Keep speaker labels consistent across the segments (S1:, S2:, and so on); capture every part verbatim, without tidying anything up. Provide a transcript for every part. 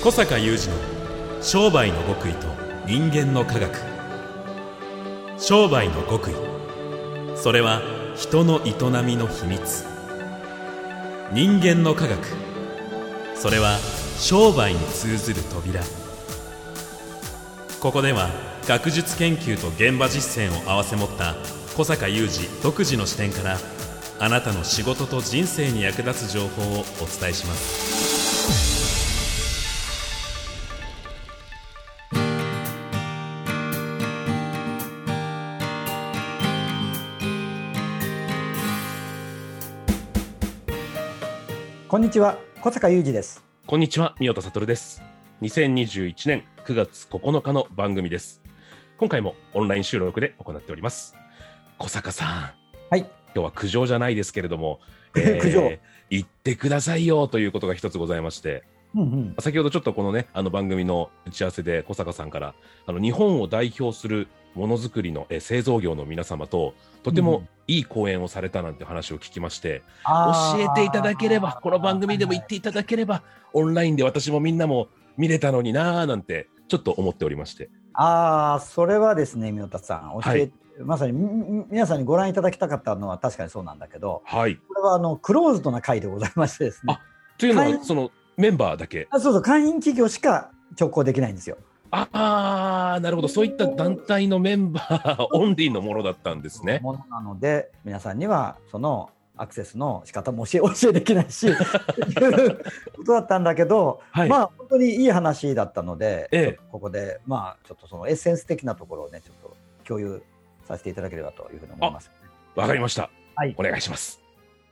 S1: 小坂雄二の商売の極意と人間の科学。商売の極意、それは人の営みの秘密。人間の科学、それは商売に通ずる扉。ここでは学術研究と現場実践を併せ持った小坂雄二独自の視点から、あなたの仕事と人生に役立つ情報をお伝えします。
S2: こんにちは、小坂雄二です。
S3: こんにちは、宮田悟です。にせんにじゅういちねんくがつここのかの番組です。今回もオンライン収録で行っております。小坂さん、
S2: はい、
S3: 今日は苦情じゃないですけれども、
S2: えー、苦情
S3: 言ってくださいよということが一つございまして、うんうん、先ほどちょっとこのね、あの番組の打ち合わせで小坂さんからあの日本を代表するものづくりのえ製造業の皆様ととてもいい講演をされたなんて話を聞きまして、うん、教えていただければ、この番組でも言っていただければ、オンラインで私もみんなも見れたのになーなんてちょっと思っておりまして。
S2: ああ、それはですね、宮田さん、教え、はい、まさに皆さんにご覧いただきたかったのは確かにそうなんだけど、はい、これはあのクローズドな会でございましてですね。
S3: あ、というのはそのメンバーだけ。
S2: あ、そうそう、会員企業しか直行できないんですよ。
S3: ああ、なるほど。そういった団体のメンバーオンリーのものだったんですね。
S2: ものなので、皆さんにはそのアクセスの仕方も教え、教えできないしいうことだったんだけど、はい、まあ本当にいい話だったので、ええ、ここでまあちょっとそのエッセンス的なところをね、ちょっと共有させていただければというふうに思います。
S3: わかりました。
S2: はい、
S3: お願いします。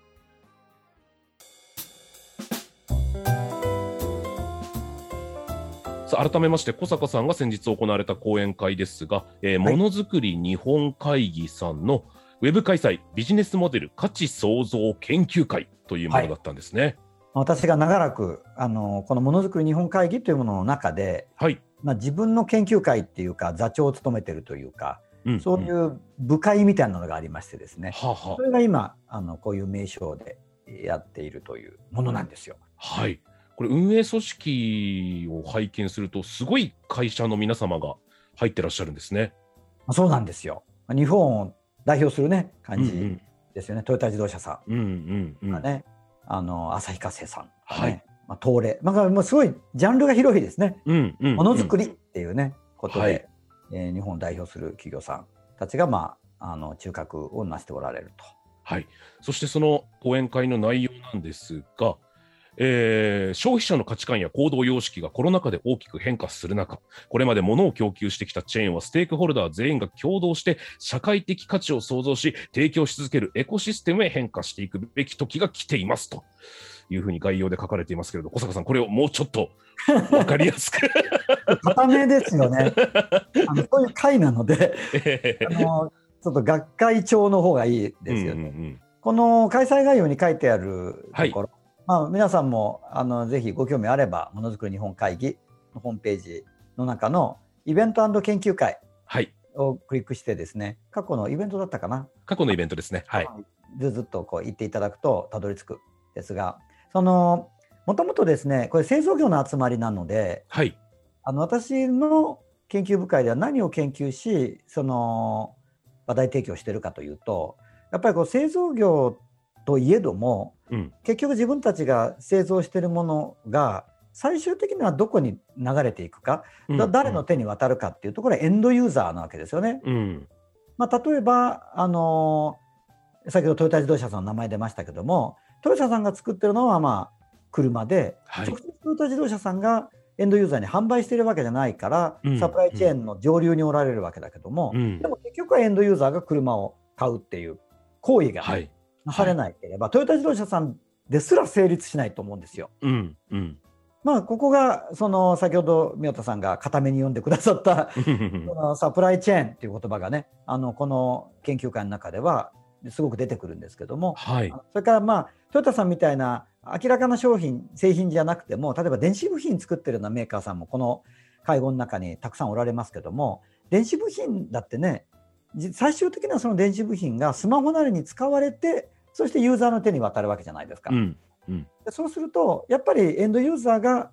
S3: 改めまして小坂さんが先日行われた講演会ですが、えーはい、ものづくり日本会議さんのウェブ開催ビジネスモデル価値創造研究会というものだったんですね。はい、
S2: 私が長らくあのこのものづくり日本会議というものの中で、はい、まあ、自分の研究会っていうか座長を務めているというか、うんうん、そういう部会みたいなのがありましてですね、はあはあ、それが今あのこういう名称でやっているというものなんですよ。
S3: はい、これ運営組織を拝見するとすごい会社の皆様が入ってらっしゃるんですね。
S2: そうなんですよ。日本を代表するね感じですよね。うんうん、トヨタ自動車さん、うんうんうん、ね、あの旭化成さん、ね、はい、まあ、東レ、まあ、もうすごいジャンルが広いですね。うんうんうん、ものづくりっていうねことで、はい、えー、日本を代表する企業さんたちが、まあ、あの中核を成しておられると。
S3: はい、そしてその講演会の内容なんですが、えー、消費者の価値観や行動様式がコロナ禍で大きく変化する中、これまで物を供給してきたチェーンはステークホルダー全員が共同して社会的価値を創造し提供し続けるエコシステムへ変化していくべき時が来ていますというふうに概要で書かれていますけれど、小坂さん、これをもうちょっと分かりやすく
S2: 固めですよね。あのそういう会なのであのちょっと学会長の方がいいですよね。うんうんうん、この開催概要に書いてあるところ、はい、まあ、皆さんもあのぜひご興味あればものづくり日本会議のホームページの中のイベント&研究会をクリックしてですね、過去のイベントだったかな、
S3: 過去のイベントですね、はい、
S2: ずずっとこう言っていただくとたどり着くですが、そのもともとですねこれ製造業の集まりなので、はい、あの私の研究部会では何を研究しその話題提供しているかというと、やっぱりこう製造業といえども、うん、結局自分たちが製造しているものが最終的にはどこに流れていくか、うん、誰の手に渡るかっていうところはエンドユーザーなわけですよね。うん、まあ、例えばあのー、先ほどトヨタ自動車さんの名前出ましたけども、トヨタさんが作ってるのはまあ車で、はい、直接トヨタ自動車さんがエンドユーザーに販売しているわけじゃないから、うん、サプライチェーンの上流におられるわけだけども、うん、でも結局はエンドユーザーが車を買うっていう行為が、はい、なされないければ、はい、トヨタ自動車さんですら成立しないと思うんですよ。うんうん、まあここがその先ほど宮田さんが固めに読んでくださったこのサプライチェーンっていう言葉がね、あのこの研究会の中ではすごく出てくるんですけども、はい、それからまあトヨタさんみたいな明らかな商品製品じゃなくても、例えば電子部品作ってるようなメーカーさんもこの会合の中にたくさんおられますけども、電子部品だってね、最終的なその電子部品がスマホなりに使われて、そしてユーザーの手に渡るわけじゃないですか。うんうん、そうするとやっぱりエンドユーザーが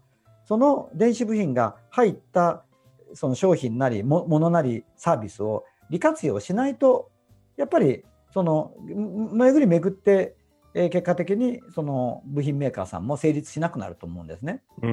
S2: その電子部品が入ったその商品なりものなりサービスを利活用しないと、やっぱりその巡り巡って結果的にその部品メーカーさんも成立しなくなると思うんですね。うんうん、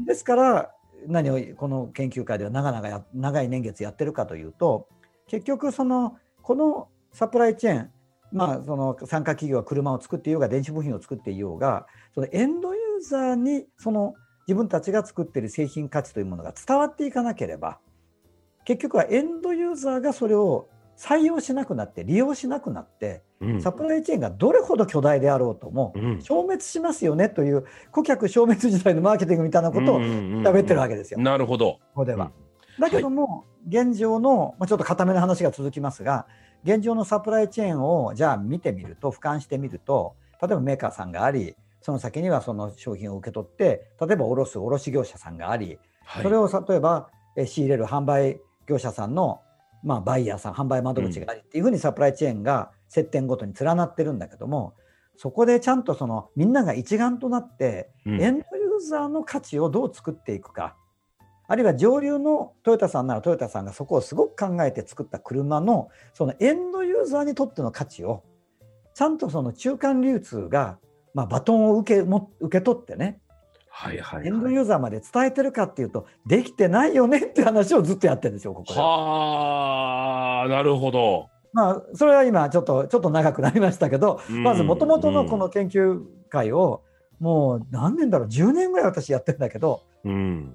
S2: ですから何をこの研究会では長々や長い年月やってるかというと、結局そのこのサプライチェーン、まあ、その参加企業は車を作っていようが電子部品を作っていようが、そのエンドユーザーにその自分たちが作っている製品価値というものが伝わっていかなければ、結局はエンドユーザーがそれを採用しなくなって利用しなくなって、うん、サプライチェーンがどれほど巨大であろうとも消滅しますよねという顧客消滅時代のマーケティングみたいなことを喋ってるわけですよ。
S3: なるほど。
S2: ここでは、うん、だけども、はい、現状の、まあ、ちょっと固めの話が続きますが、現状のサプライチェーンをじゃあ見てみると、俯瞰してみると、例えばメーカーさんがあり、その先にはその商品を受け取って例えば卸す卸業者さんがあり、はい、それを例えば仕入れる販売業者さんのまあ、バイヤーさん、販売窓口がありっていうふうにサプライチェーンが接点ごとに連なってるんだけども、そこでちゃんとそのみんなが一丸となって、うん、エンドユーザーの価値をどう作っていくか、あるいは上流のトヨタさんならトヨタさんがそこをすごく考えて作った車のそのエンドユーザーにとっての価値をちゃんとその中間流通が、まあ、バトンを受けも受け取ってね、はいはいはい、エンドユーザーまで伝えてるかっていうとできてないよねって話をずっとやってるんですよ、ここで。
S3: はあ、なるほど。
S2: まあそれは今ちょっとちょっと長くなりましたけど、まずもともとのこの研究会をもう何年だろう、じゅうねんぐらい私やってるんだけど、うん、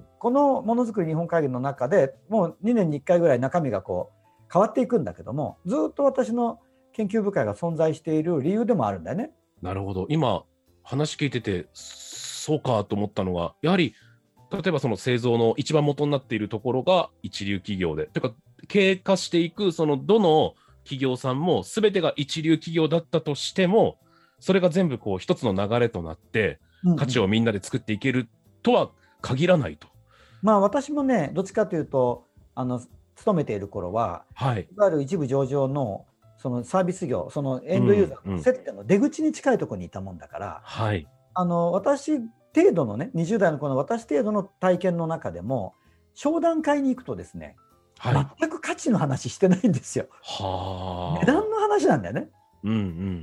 S2: このものづくり日本会議の中でもうにねんにいっかいぐらい中身がこう変わっていくんだけども、ずっと私の研究部会が存在している理由でもあるんだよね。
S3: なるほど。今話聞いててそうかと思ったのが、やはり例えばその製造の一番元になっているところが一流企業で、というか経過していくそのどの企業さんも全てが一流企業だったとしても、それが全部こう一つの流れとなって価値をみんなで作っていけるとは限らないと。うんうん、
S2: まあ私もね、どっちかというとあの勤めている頃は、はい、いわゆる一部上場のそのサービス業、そのエンドユーザーの接点の出口に近いところにいたもんだから、うんうん、あの私程度のね、にじゅう代のこの私程度の体験の中でも商談会に行くとですね、はい、全く価値の話してないんですよ。は値段の話なんだよね。うんうん、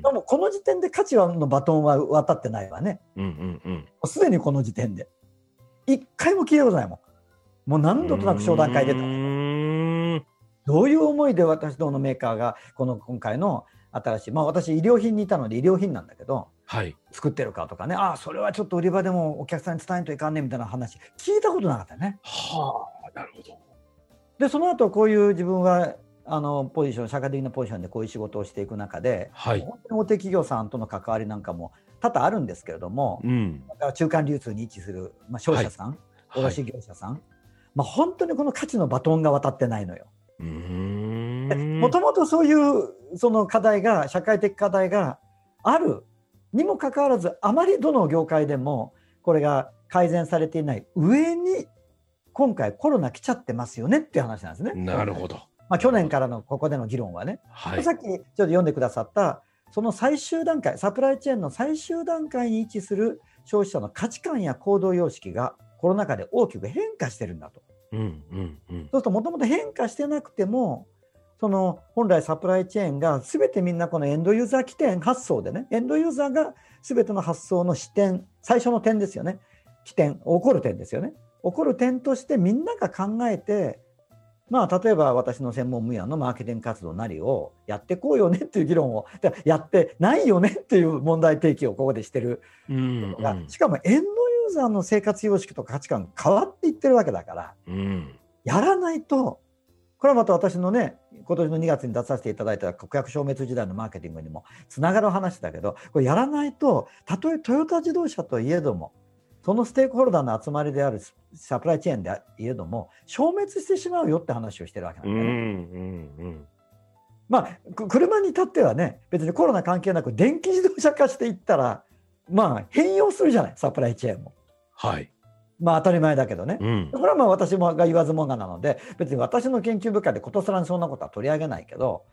S2: でもこの時点で価値のバトンは渡ってないわね。うんうんうん、すでにこの時点で一回も聞いたことないもん。もう何度となく商談会出た。どういう思いで私どものメーカーがこの今回の新しい、まあ私医療品にいたので医療品なんだけど、はい、作ってるかとかね、ああそれはちょっと売り場でもお客さんに伝えんといかんねみたいな話聞いたことなかったね。
S3: はあ、なるほど。
S2: でその後こういう自分はあのポジション、社会的なポジションでこういう仕事をしていく中で、はい、本当に大手企業さんとの関わりなんかも多々あるんですけれども、うん、だから中間流通に位置する、まあ、商社さん、はい、卸業者さん、はい、まあ、本当にこの価値のバトンが渡ってないのよ。もともとそういうその課題が、社会的課題があるにもかかわらず、あまりどの業界でもこれが改善されていない上に、今回コロナ来ちゃってますよねっていう話なんですね。
S3: なるほど。
S2: まあ、去年からのここでの議論はね、はい、さっきちょっと読んでくださったその最終段階、サプライチェーンの最終段階に位置する消費者の価値観や行動様式がコロナ禍で大きく変化してるんだと。うんうんうん、そうするともともと変化してなくても、その本来サプライチェーンが全てみんなこのエンドユーザー起点発想でね、エンドユーザーが全ての発想の視点、最初の点ですよね、起点、起こる点ですよね、起こる点としてみんなが考えて、まあ例えば私の専門分野のマーケティング活動なりをやってこうよねっていう議論をやってないよねっていう問題提起をここでしてる、うんうん、しかもエンドユーザーの生活様式とか価値観が変わっていってるわけだから、うん、やらないと、これはまた私のね、今年のにがつに出させていただいた顧客消滅時代のマーケティングにもつながる話だけど、これやらないと、たとえトヨタ自動車といえども、そのステークホルダーの集まりであるサプライチェーンでいえども消滅してしまうよって話をしてるわけなんだよね。うんうんうん、まあ車に至ってはね、別にコロナ関係なく電気自動車化していったら、まあ変容するじゃない、サプライチェーンも。はい。まあ当たり前だけどね、うん、これはまあ私もが言わずもがなので、別に私の研究部会でことさらにそんなことは取り上げないけど、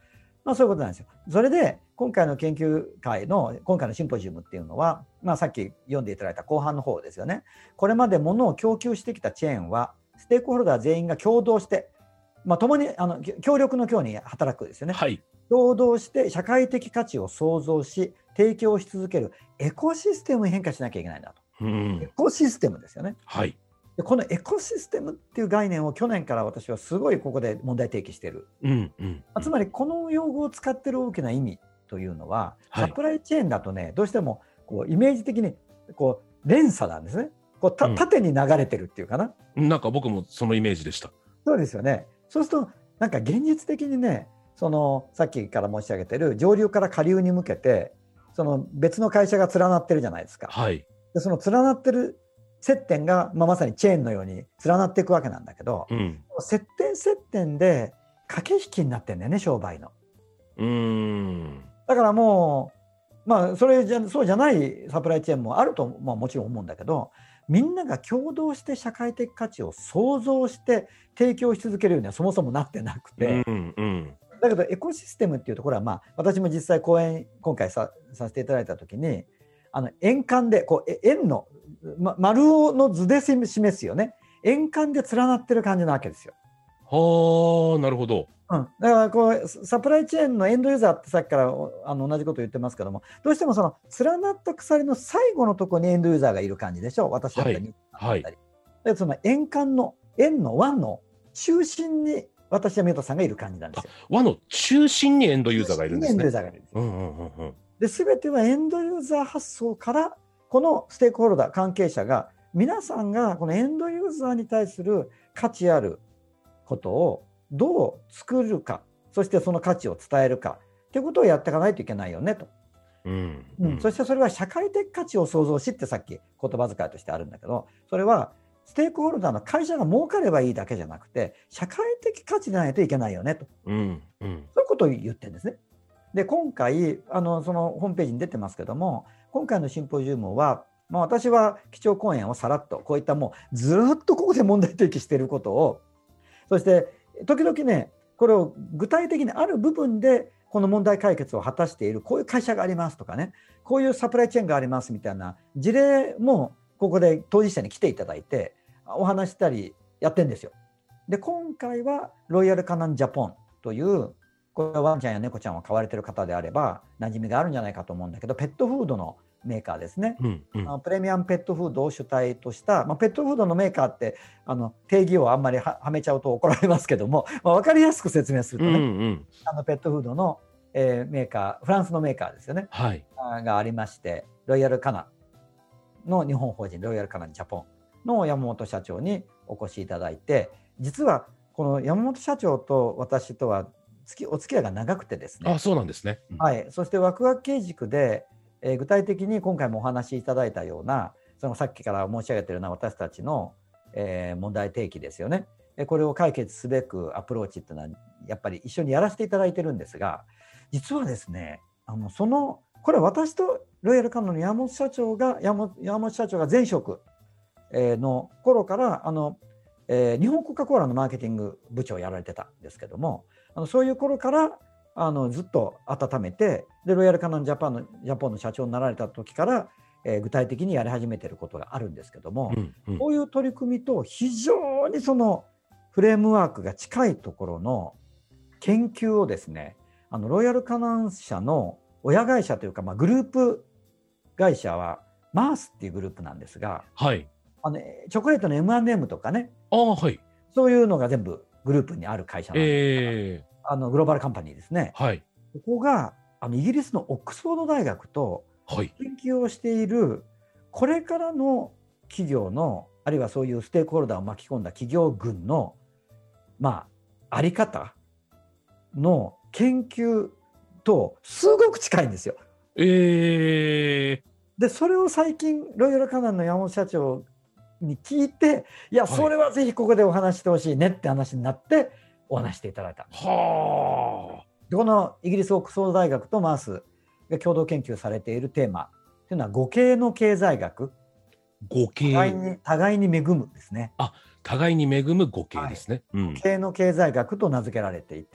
S2: まあ、そういうことなんですよ。それで今回の研究会の今回のシンポジウムっていうのは、まあ、さっき読んでいただいた後半の方ですよね。これまで物を供給してきたチェーンはステークホルダー全員が共同して、まあ、共にあの協力の協に働くですよね、
S3: はい、
S2: 共同して社会的価値を創造し提供し続けるエコシステムに変化しなきゃいけないんだと、
S3: うん、
S2: エコシステムですよね。
S3: はい、
S2: でこのエコシステムっていう概念を去年から私はすごいここで問題提起している、
S3: うんうん、
S2: つまりこの用語を使っている大きな意味というのは、はい、サプライチェーンだとねどうしてもこうイメージ的にこう連鎖なんですね。こうた縦に流れてるっていうかな、
S3: うん、なんか僕もそのイメージでした。
S2: そうですよね。そうするとなんか現実的にね、そのさっきから申し上げてる上流から下流に向けてその別の会社が連なってるじゃないですか、
S3: はい、
S2: でその連なってる接点が、まあ、まさにチェーンのように連なっていくわけなんだけど、うん、接点接点で駆け引きになってんだよね、商売の。
S3: うーん
S2: だからもうまあそれじゃそうじゃないサプライチェーンもあると、まあ、もちろん思うんだけど、みんなが共同して社会的価値を創造して提供し続けるようにはそもそもなってなくて、うんうん、だけどエコシステムっていうところは、まあ、私も実際講演今回 さ, させていただいた時にあの円環でこう円の、ま、丸の図で示すよね、円環で連なってる感じなわけですよ。
S3: はあ、なるほど。
S2: うん、だからこうサプライチェーンのエンドユーザーってさっきからあの同じこと言ってますけども、どうしてもその連なった鎖の最後のところにエンドユーザーがいる感じでしょ、私だったり、はいはい、でその円環の円の輪の中心に私は宮田さんがいる感じなんですよ。
S3: 輪の中心にエンドユーザーがいるんですね。エンドユーザーがいるんですよ。
S2: うんうんうんうん、で全てはエンドユーザー発想からこのステークホルダー関係者が皆さんがこのエンドユーザーに対する価値あることをどう作るか、そしてその価値を伝えるかということをやっていかないといけないよねと、うんうん、そしてそれは社会的価値を創造しってさっき言葉遣いとしてあるんだけど、それはステークホルダーの会社が儲かればいいだけじゃなくて社会的価値でないといけないよねと、うんうん、そういうことを言ってるんですね。で今回あのそのホームページに出てますけども、今回のシンポジウムは、まあ、私は基調講演をさらっとこういったもうずっとここで問題提起していることを、そして時々ねこれを具体的にある部分でこの問題解決を果たしているこういう会社がありますとかね、こういうサプライチェーンがありますみたいな事例もここで当事者に来ていただいてお話したりやってるんですよ。で今回はロイヤルカナンジャポンというこれはワンちゃんや猫ちゃんを飼われている方であれば馴染みがあるんじゃないかと思うんだけど、ペットフードのメーカーですね、うんうん、あのプレミアムペットフードを主体とした、まあ、ペットフードのメーカーってあの定義をあんまり は, はめちゃうと怒られますけども、まあ、分かりやすく説明するとね、うんうん、あのペットフードの、えー、メーカー、フランスのメーカーですよね、はい、がありまして、ロイヤルカナの日本法人ロイヤルカナジャポンの山本社長にお越しいただいて、実はこの山本社長と私とはお付き合いが長くてですね。
S3: あ、そうなんですね、
S2: うん、はい、そしてワクワク経軸でえー、具体的に今回もお話しいただいたようなそのさっきから申し上げているような私たちの、えー、問題提起ですよね。これを解決すべくアプローチっていうのはやっぱり一緒にやらせていただいてるんですが、実はですねあのそのこれは私とロイヤルカナの山本社長が山本、山本社長が前職の頃からあの、えー、日本コカ・コーラのマーケティング部長をやられてたんですけども、あのそういう頃からあのずっと温めて、でロイヤルカナンジャパンのジャポンの社長になられた時から、えー、具体的にやり始めていることがあるんですけども、うんうん、こういう取り組みと非常にそのフレームワークが近いところの研究をですね、あのロイヤルカナン社の親会社というか、まあ、グループ会社はマースっていうグループなんですが、はい、あのチョコレートの エムアンドエム とかね、あ、はい、そういうのが全部グループにある会社なんですが、えーあのグローバルカンパニーですね、はい、ここがあのイギリスのオックスフォード大学と研究をしている、これからの企業のあるいはそういうステークホルダーを巻き込んだ企業群のまああり方の研究とすごく近いんですよ。えー、でそれを最近ロイヤルカナンの山本社長に聞いて、いやそれはぜひここでお話してほしいねって話になってお話していただいた。はあ。でこのイギリスオックスフォード大学とマースが共同研究されているテーマというのは互恵の経済学。互恵。互いに互いに恵むですね。
S3: あ、互いに恵む互恵ですね。
S2: はい、うん、互恵の経済学と名付けられていて、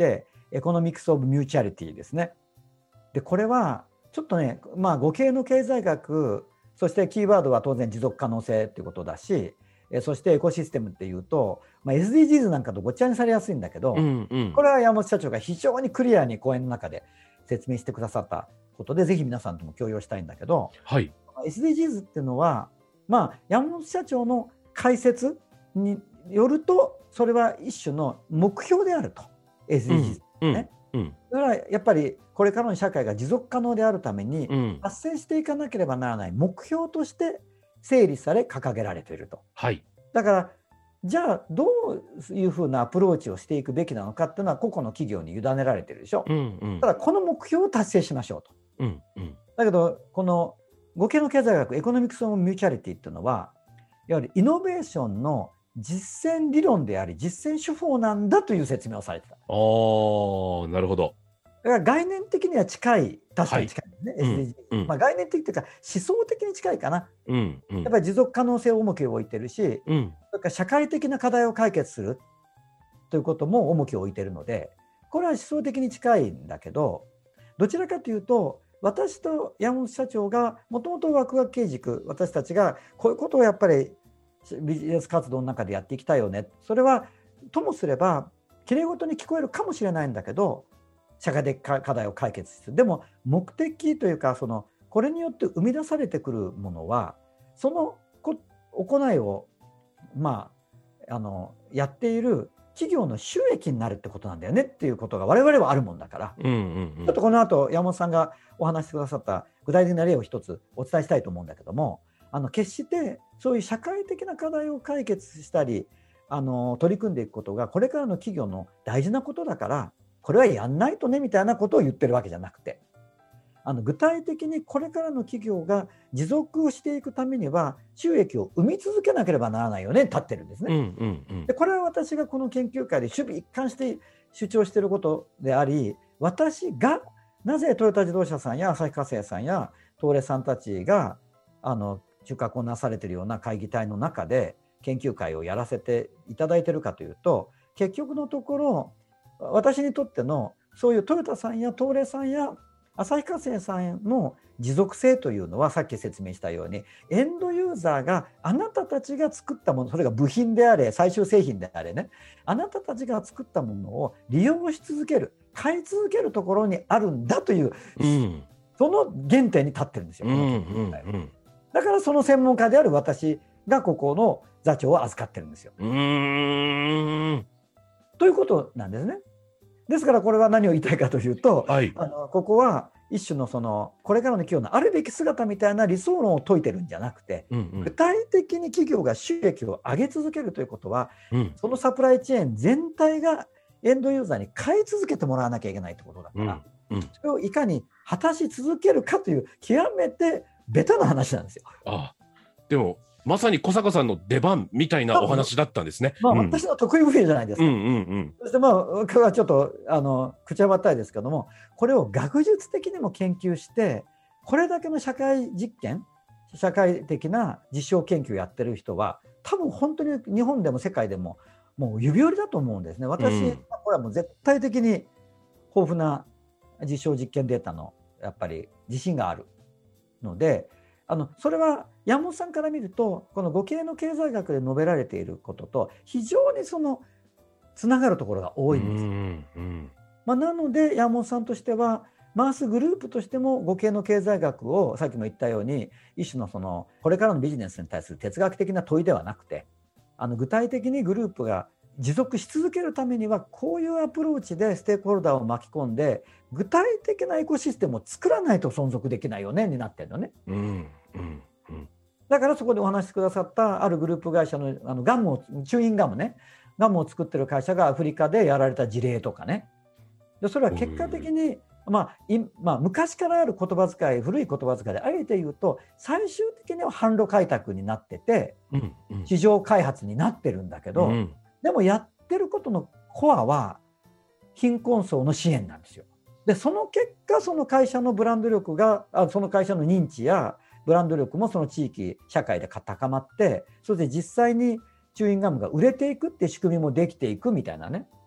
S2: エコノミクス・オブ・ミューチャリティですね。でこれはちょっとね、まあ、語系の経済学、そしてキーワードは当然持続可能性っていうことだし、えそしてエコシステムっていうと、まあ、エスディージーズ なんかとごっちゃにされやすいんだけど、うんうん、これは山本社長が非常にクリアに講演の中で説明してくださったことで、ぜひ皆さんとも共有したいんだけど、はい、エスディージーズ っていうのは、まあ、山本社長の解説によるとそれは一種の目標であると。 エスディージーズ ね、うんうん、だからやっぱりこれからの社会が持続可能であるために達成していかなければならない目標として整理され掲げられていると、はい、だからじゃあどういうふうなアプローチをしていくべきなのかっていうのは個々の企業に委ねられているでしょ、うんうん、ただこの目標を達成しましょうと、うんうん、だけどこの語系の経済学エコノミクス・オブ・ミューチャリティっていうのはやはりイノベーションの実践理論であり実践手法なんだという説明をされてた。あ
S3: ー、なるほど。
S2: だから概念的には近い、確かに近いですね、はい、エスディージーズ、うんうん、まあ、概念的というか思想的に近いかな、うんうん、やっぱり持続可能性を重きを置いてるし、うん、それから社会的な課題を解決するということも重きを置いているので、これは思想的に近いんだけど、どちらかというと私と山本社長がもともとワクワク経軸、私たちがこういうことをやっぱりビジネス活動の中でやっていきたいよね、それはともすればきれいごとに聞こえるかもしれないんだけど社会的課題を解決する。でも目的というかそのこれによって生み出されてくるものはその行いを、まあ、あのやっている企業の収益になるってことなんだよねっていうことが我々はあるもんだから、うんうんうん、ちょっとこの後山本さんがお話してくださった具体的な例を一つお伝えしたいと思うんだけども、あの決してそういう社会的な課題を解決したりあの取り組んでいくことがこれからの企業の大事なことだからこれはやんないとねみたいなことを言ってるわけじゃなくて、あの具体的にこれからの企業が持続していくためには収益を生み続けなければならないよね立ってるんですね、うんうんうん、でこれは私がこの研究会で守備一貫して主張していることであり、私がなぜトヨタ自動車さんや旭化成さんや東レさんたちがあの中核をなされているような会議体の中で研究会をやらせていただいているかというと、結局のところ私にとってのそういうトヨタさんや東レさんや旭化成さんの持続性というのはさっき説明したようにエンドユーザーがあなたたちが作ったもの、それが部品であれ最終製品であれね、あなたたちが作ったものを利用し続ける買い続けるところにあるんだという、うん、その原点に立ってるんですよ、この研究会は、うんうんうん、だからその専門家である私がここの座長を預かってるんですよ。うーんということなんですね。ですからこれは何を言いたいかというと、はい、あのここは一種のそのこれからの企業のあるべき姿みたいな理想論を説いてるんじゃなくて、うんうん、具体的に企業が収益を上げ続けるということは、うん、そのサプライチェーン全体がエンドユーザーに買い続けてもらわなきゃいけないということだから、うんうん、それをいかに果たし続けるかという極めてベタな話なんですよ。
S3: ああ、でもまさに小坂さんの出番みたいなお話だったんですね。
S2: まあ、うん、私の得意分野じゃないですか。うんうんうん、そしてまあ僕はちょっとあの口はばったいですけども、これを学術的にも研究してこれだけの社会実験社会的な実証研究をやってる人は多分本当に日本でも世界でももう指折りだと思うんですね。私、うん、これはもう絶対的に豊富な実証実験データのやっぱり自信があるので、あのそれは山本さんから見るとこの語系の経済学で述べられていることと非常にそのつながるところが多いんです、うんうんまあ、なので山本さんとしてはマースグループとしても語系の経済学をさっきも言ったように一種のそのこれからのビジネスに対する哲学的な問いではなくて、あの具体的にグループが持続し続けるためにはこういうアプローチでステークホルダーを巻き込んで具体的なエコシステムを作らないと存続できないよねになってるのね、うんうんうん、だからそこでお話しくださったあるグループ会社 の, あのガムをチューインガムねガムを作ってる会社がアフリカでやられた事例とかね、でそれは結果的に、まあいまあ、昔からある言葉遣い古い言葉遣いであえて言うと最終的には販路開拓になってて、うんうん、市場開発になってるんだけど、うん、でもやってることのコアは貧困層の支援なんですよ。でその結果その会社のブランド力があその会社の認知やブランド力もその地域社会で高まって、それで実際にチューインガムが売れていくって仕組みもできていくみたいなね、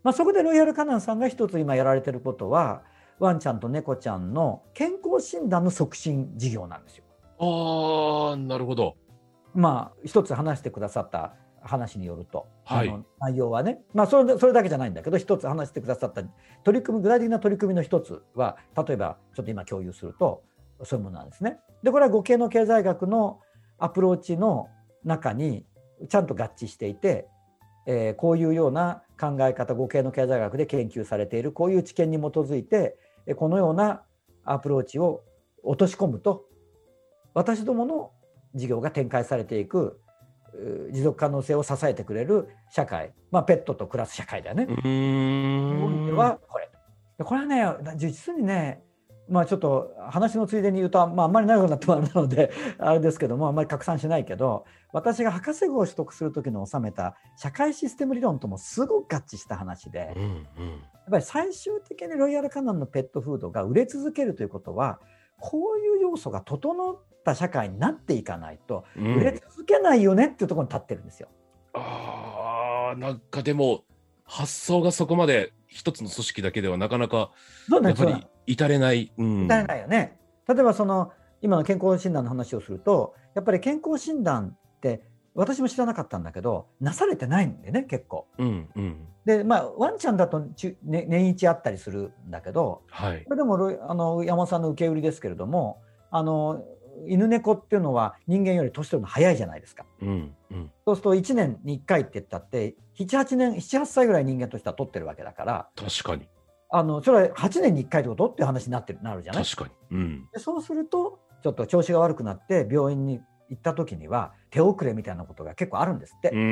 S2: まあ、そこでロイヤルカナンさんが一つ今やられてることは、ワンちゃんと猫ちゃんの健康診断の促進事業なんですよ。
S3: ああ、なるほど。
S2: まあ一つ話してくださった話によると、
S3: はい、
S2: あの内容はね、まあそれ、それだけじゃないんだけど、一つ話してくださった取り組み、具体的な取り組みの一つは、例えばちょっと今共有するとそういうものなんですね。でこれは語系の経済学のアプローチの中にちゃんと合致していて、えー、こういうような考え方、語系の経済学で研究されているこういう知見に基づいて、このようなアプローチを落とし込むと、私どもの事業が展開されていく持続可能性を支えてくれる社会、まあ、ペットと暮らす社会だよね。
S3: うーん
S2: はこれこれはね、実にね、まあ、ちょっと話のついでに言うと、まあ、あんまり長くなってもあれなのであれですけども、あんまり拡散しないけど、私が博士号を取得する時の収めた社会システム理論ともすごく合致した話で、
S3: うんうん、や
S2: っぱり最終的にロイヤルカナンのペットフードが売れ続けるということは、こういう要素が整った社会になっていかないと売れ続けないよねっていうところに立ってるんですよ。
S3: うん、あー、なんかでも発想がそこまで一つの組織だけではなかなかやっぱり至れない、うん、
S2: 至れないよね。例えばその今の健康診断の話をすると、やっぱり健康診断って私も知らなかったんだけど、なされてないんでね、結構。
S3: うんうん、
S2: でまあワンちゃんだと、ね、年一あったりするんだけど、
S3: はい、
S2: これでもあの山本さんの受け売りですけれども、あの犬猫っていうのは人間より年取るの早いじゃないですか。
S3: うんうん、
S2: そうするといちねんにいっかいって言ったってなな、はちねん、なな、はっさいぐらい人間としては取ってるわけだから、
S3: 確かに
S2: あのそれははちねんにいっかいってことっていう話になってるなるじゃない。
S3: 確かに、うん、
S2: でそうするとちょっと調子が悪くなって病院に行った時には手遅れみたいなことが結構あるんですって。
S3: うんうん、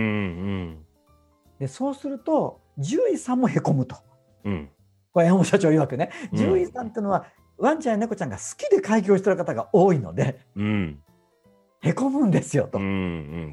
S2: でそうすると獣医さんもへこむと、
S3: うん、
S2: これ山本社長曰くね、獣医さんっていうのはワンちゃんや猫ちゃんが好きで開業してる方が多いので、うん、へこむんですよと、うんうん、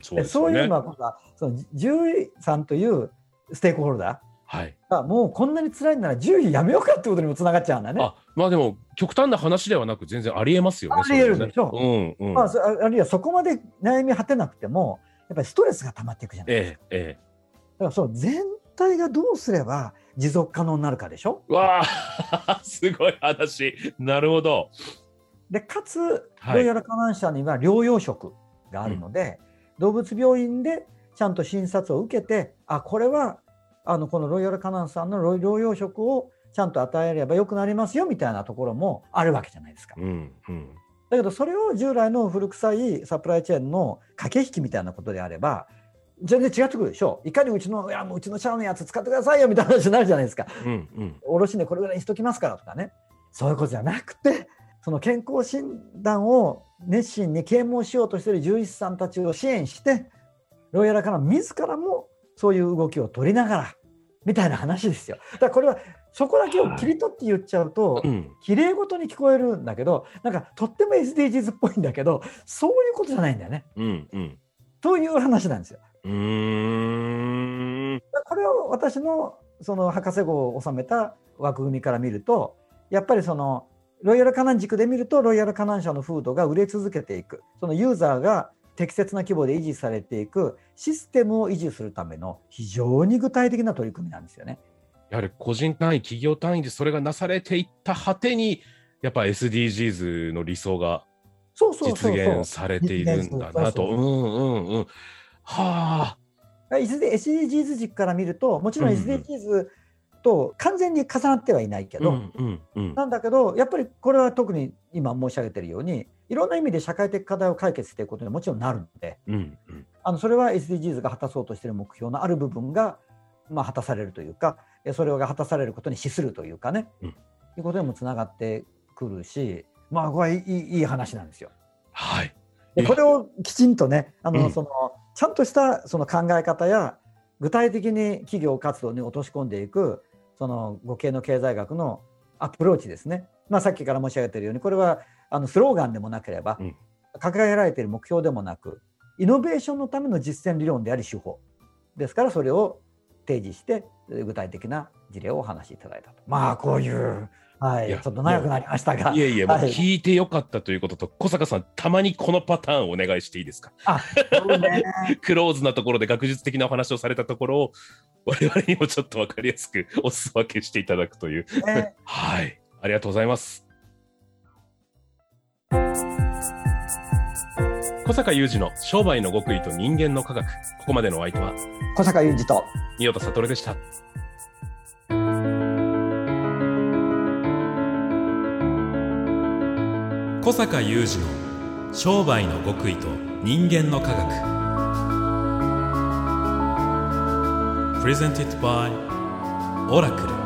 S2: そうですよね。そういうのはその獣医さんというステークホルダー、はい、もうこんなに辛いなら獣医やめようかってことにもつながっちゃうんだね。
S3: あ、まあでも極端な話ではなく全然ありえますよね。
S2: ありえるでしょ、
S3: ね、うんうん、
S2: まあ、あるいはそこまで悩み果てなくてもやっぱりストレスが溜まっていくじゃないですか。ええええ、だからそう全体がどうすれば持続可能になるかでしょ。
S3: わあすごい話。なるほど。
S2: でかつロイヤルカナン社には療養食があるので、うん、動物病院でちゃんと診察を受けて、あこれはあのこのロイヤルカナンさんの療養食をちゃんと与えれば良くなりますよみたいなところもあるわけじゃないですか。うんうん、だけどそれを従来の古臭いサプライチェーンの駆け引きみたいなことであれば全然違ってくるでしょ。いかにうちのいやもううちの社のやつ使ってくださいよみたいな話になるじゃないですか。うんうん、卸値これぐらいにしときますからとかね、そういうことじゃなくて、その健康診断を熱心に啓蒙しようとしている獣医師さんたちを支援して、ロイヤルカナン自らもそういう動きを取りながらみたいな話ですよ。だからこれはそこだけを切り取って言っちゃうと、はい、うん、綺麗事に聞こえるんだけど、なんかとっても エスディージーズ っぽいんだけど、そういうことじゃないんだよね。うんうん、という話なんですよ。うーん、これを私のその博士号を収めた枠組みから見ると、やっぱりそのロイヤルカナン軸で見るとロイヤルカナン社のフードが売れ続けていく、そのユーザーが適切な規模で維持されていくシステムを維持するための非常に具体的な取り組みなんですよね。
S3: やはり個人単位企業単位でそれがなされていった果てにやっぱ エスディージーズ の理想が実現されているんだなと。うんうんうん。は
S2: あ。エスディージーズ 軸から見るともちろん エスディージーズ と完全に重なってはいないけど、うんうんうん、なんだけどやっぱりこれは特に今申し上げているようにいろんな意味で社会的課題を解決していくことにもちろんなるので、うんうん、あのそれは エスディージーズ が果たそうとしている目標のある部分が、まあ、果たされるというか、それが果たされることに資するというかね、うん、いうことにもつながってくるし、まあこれはいい、いい話なんですよ。
S3: はい。
S2: でこれをきちんとね、あの、うん、そのちゃんとしたその考え方や具体的に企業活動に落とし込んでいくその語系の経済学のアプローチですね。まあ、さっきから申し上げているようにこれはあのスローガンでもなければ、うん、掲げられている目標でもなくイノベーションのための実践理論であり手法ですから、それを提示して具体的な事例をお話しいただいたと。まあこういうはい、いちょっと長くなりましたが。
S3: いえいえ、もう聞いてよかったということと、小坂さん、たまにこのパターンお願いしていいですか。
S2: あ、そうね。
S3: クローズなところで学術的なお話をされたところを、我々にもちょっと分かりやすくお裾分けしていただくという。えー、はい、ありがとうございます。小坂雄二の商売の極意と人間の科学。ここまでのお相手は
S2: 小坂雄二と
S3: 三代田悟でした。
S1: 小坂雄二の商売の極意と人間の科学。プレゼンティッドバイオラクル。